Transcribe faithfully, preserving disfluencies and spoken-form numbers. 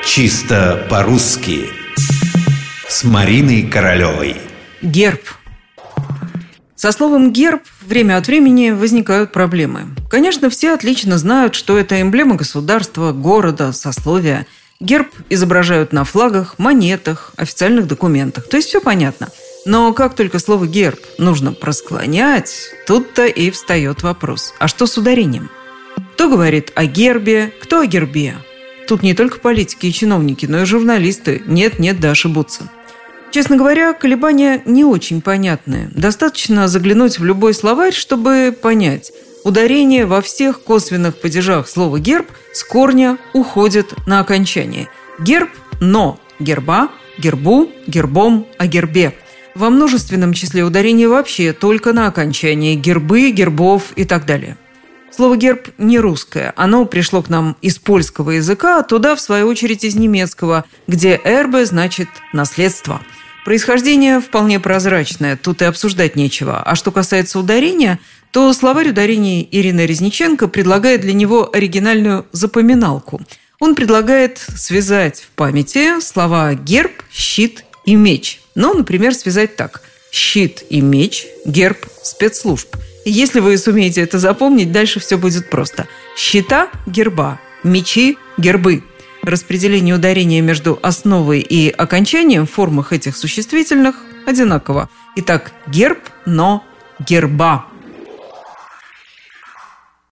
Чисто по-русски с Мариной Королевой. Герб. Со словом «герб» время от времени возникают проблемы. Конечно, все отлично знают, что это эмблема государства, города, сословия. Герб изображают на флагах, монетах, официальных документах. То есть все понятно. Но как только слово «герб» нужно просклонять, тут-то и встает вопрос. А что с ударением? Кто говорит о гербе, кто о гербе? Тут не только политики и чиновники, но и журналисты нет-нет да ошибутся. Честно говоря, колебания не очень понятны. Достаточно заглянуть в любой словарь, чтобы понять. Ударение во всех косвенных падежах слова «герб» с корня уходит на окончание. Герб, но герба, гербу, гербом, о гербе. Во множественном числе ударение вообще только на окончание гербы, гербов и так далее. Слово «герб» не русское. Оно пришло к нам из польского языка, а туда, в свою очередь, из немецкого, где «эрбе» значит «наследство». Происхождение вполне прозрачное, тут и обсуждать нечего. А что касается ударения, то словарь ударений Ирины Резниченко предлагает для него оригинальную запоминалку. Он предлагает связать в памяти слова «герб», «щит» и «меч». Ну, например, связать так: «щит» и «меч», «герб» спецслужб. И если вы сумеете это запомнить, дальше все будет просто. Щита – герба, мечи – гербы. Распределение ударения между основой и окончанием в формах этих существительных одинаково. Итак, герб, но герба.